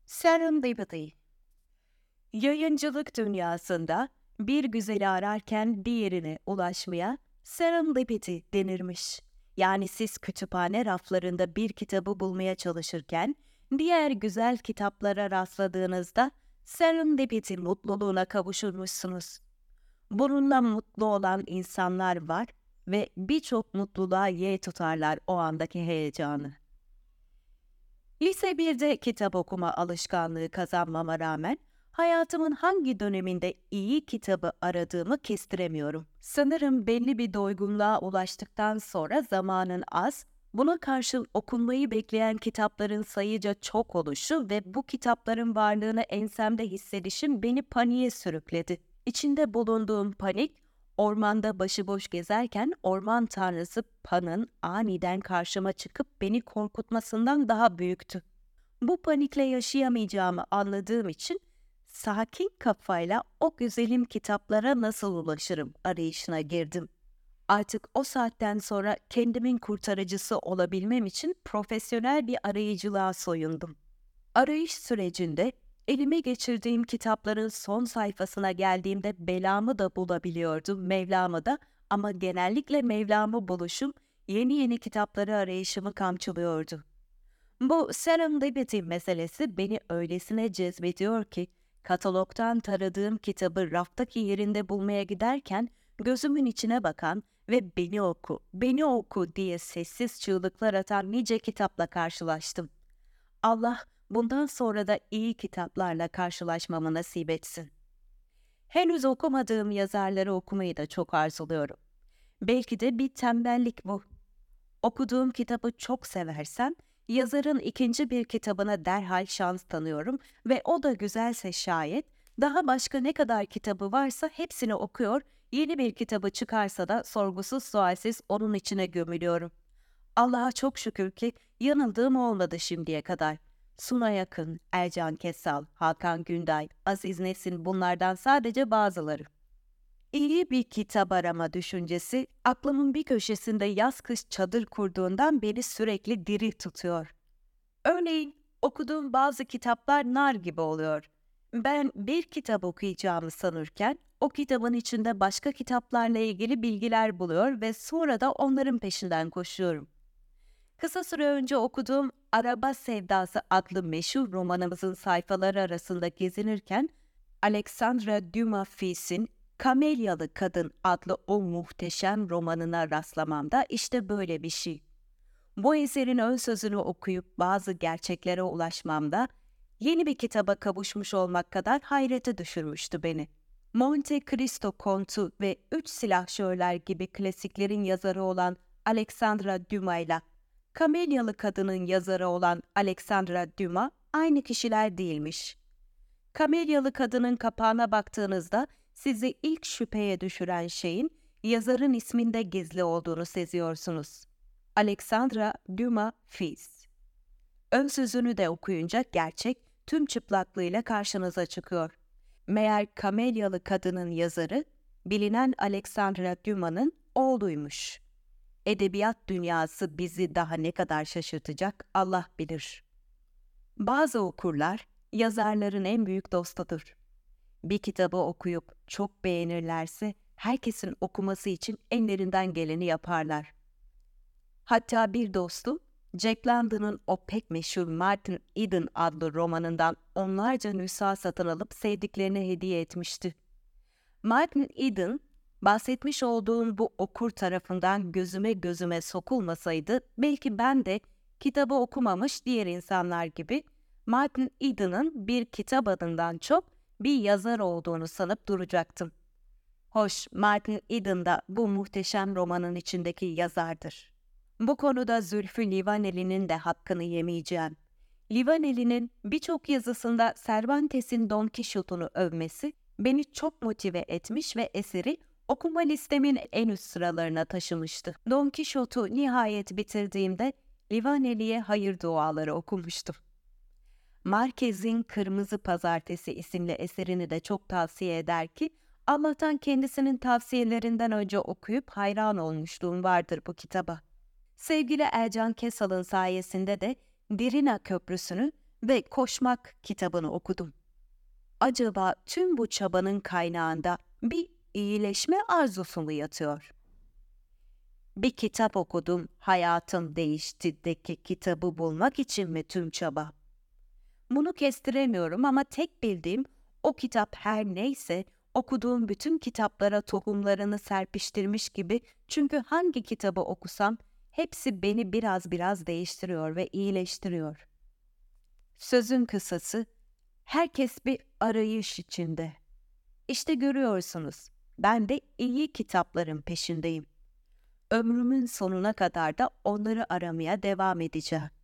Serendipity. Yayıncılık dünyasında bir güzeli ararken diğerine ulaşmaya serendipity denirmiş. Yani siz kütüphane raflarında bir kitabı bulmaya çalışırken diğer güzel kitaplara rastladığınızda serendipity mutluluğuna kavuşurmuşsunuz. Bununla mutlu olan insanlar var ve birçok mutluluğa ye tutarlar o andaki heyecanı. Lise 1'de kitap okuma alışkanlığı kazanmama rağmen hayatımın hangi döneminde iyi kitabı aradığımı kestiremiyorum. Sanırım belli bir doygunluğa ulaştıktan sonra zamanın az, buna karşın okunmayı bekleyen kitapların sayıca çok oluşu ve bu kitapların varlığını ensemde hissedişim beni paniğe sürükledi. İçinde bulunduğum panik, ormanda başıboş gezerken orman tanrısı Pan'ın aniden karşıma çıkıp beni korkutmasından daha büyüktü. Bu panikle yaşayamayacağımı anladığım için sakin kafayla o güzelim kitaplara nasıl ulaşırım arayışına girdim. Artık o saatten sonra kendimin kurtarıcısı olabilmem için profesyonel bir arayıcılığa soyundum. Arayış sürecinde elime geçirdiğim kitapların son sayfasına geldiğimde belamı da bulabiliyordum, Mevlam'ı da, ama genellikle Mevlam'ı buluşum yeni yeni kitapları arayışımı kamçılıyordu. Bu serendipity meselesi beni öylesine cezbediyor ki katalogdan taradığım kitabı raftaki yerinde bulmaya giderken gözümün içine bakan ve "beni oku, beni oku" diye sessiz çığlıklar atan nice kitapla karşılaştım. Allah bundan sonra da iyi kitaplarla karşılaşmamı nasip etsin. Henüz okumadığım yazarları okumayı da çok arzuluyorum. Belki de bir tembellik bu. Okuduğum kitabı çok seversem, yazarın ikinci bir kitabına derhal şans tanıyorum ve o da güzelse şayet, daha başka ne kadar kitabı varsa hepsini okuyor, yeni bir kitabı çıkarsa da sorgusuz sualsiz onun içine gömülüyorum. Allah'a çok şükür ki yanıldığım olmadı şimdiye kadar. Suna Yakın, Ercan Kesal, Hakan Günday, Aziz Nesin bunlardan sadece bazıları. İyi bir kitap arama düşüncesi aklımın bir köşesinde yaz kış çadır kurduğundan beni sürekli diri tutuyor. Örneğin okuduğum bazı kitaplar nar gibi oluyor. Ben bir kitap okuyacağımı sanırken o kitabın içinde başka kitaplarla ilgili bilgiler buluyor ve sonra da onların peşinden koşuyorum. Kısa süre önce okuduğum Araba Sevdası adlı meşhur romanımızın sayfaları arasında gezinirken Alexandre Dumas Fils'in Kamelyalı Kadın adlı o muhteşem romanına rastlamamda işte böyle bir şey. Bu eserin ön sözünü okuyup bazı gerçeklere ulaşmamda yeni bir kitaba kavuşmuş olmak kadar hayrete düşürmüştü beni. Monte Cristo Kontu ve Üç Silahşörler gibi klasiklerin yazarı olan Alexandre Dumas'la Kamelyalı Kadın'ın yazarı olan Alexandre Dumas aynı kişiler değilmiş. Kamelyalı Kadın'ın kapağına baktığınızda sizi ilk şüpheye düşüren şeyin yazarın isminde gizli olduğunu seziyorsunuz. Alexandre Dumas Fils. Ön sözünü de okuyunca gerçek tüm çıplaklığıyla karşınıza çıkıyor. Meğer Kamelyalı Kadın'ın yazarı bilinen Alexandre Dumas'ın oğluymuş. Edebiyat dünyası bizi daha ne kadar şaşırtacak Allah bilir. Bazı okurlar yazarların en büyük dostudur. Bir kitabı okuyup çok beğenirlerse herkesin okuması için ellerinden geleni yaparlar. Hatta bir dostum Jack London'ın o pek meşhur Martin Eden adlı romanından onlarca nüsha satın alıp sevdiklerine hediye etmişti. Martin Eden, bahsetmiş olduğum bu okur tarafından gözüme sokulmasaydı belki ben de kitabı okumamış diğer insanlar gibi Martin Eden'ın bir kitap adından çok bir yazar olduğunu sanıp duracaktım. Hoş, Martin Eden da bu muhteşem romanın içindeki yazardır. Bu konuda Zülfü Livaneli'nin de hakkını yemeyeceğim. Livaneli'nin birçok yazısında Cervantes'in Don Quixote'unu övmesi beni çok motive etmiş ve eseri okuma listemin en üst sıralarına taşımıştı. Don Quixote'u nihayet bitirdiğimde Livaneli'ye hayır duaları okumuştum. Marquez'in Kırmızı Pazartesi isimli eserini de çok tavsiye eder ki, Allah'tan kendisinin tavsiyelerinden önce okuyup hayran olmuşluğum vardır bu kitaba. Sevgili Ercan Kesal'ın sayesinde de Dirina Köprüsü'nü ve Koşmak kitabını okudum. Acaba tüm bu çabanın kaynağında bir iyileşme arzusu mu yatıyor? Bir kitap okudum, hayatım değişti'deki kitabı bulmak için mi tüm çaba? Bunu kestiremiyorum ama tek bildiğim o kitap her neyse okuduğum bütün kitaplara tohumlarını serpiştirmiş gibi, çünkü hangi kitabı okusam hepsi beni biraz biraz değiştiriyor ve iyileştiriyor. Sözün kısası, herkes bir arayış içinde. İşte görüyorsunuz, ben de iyi kitapların peşindeyim. Ömrümün sonuna kadar da onları aramaya devam edeceğim.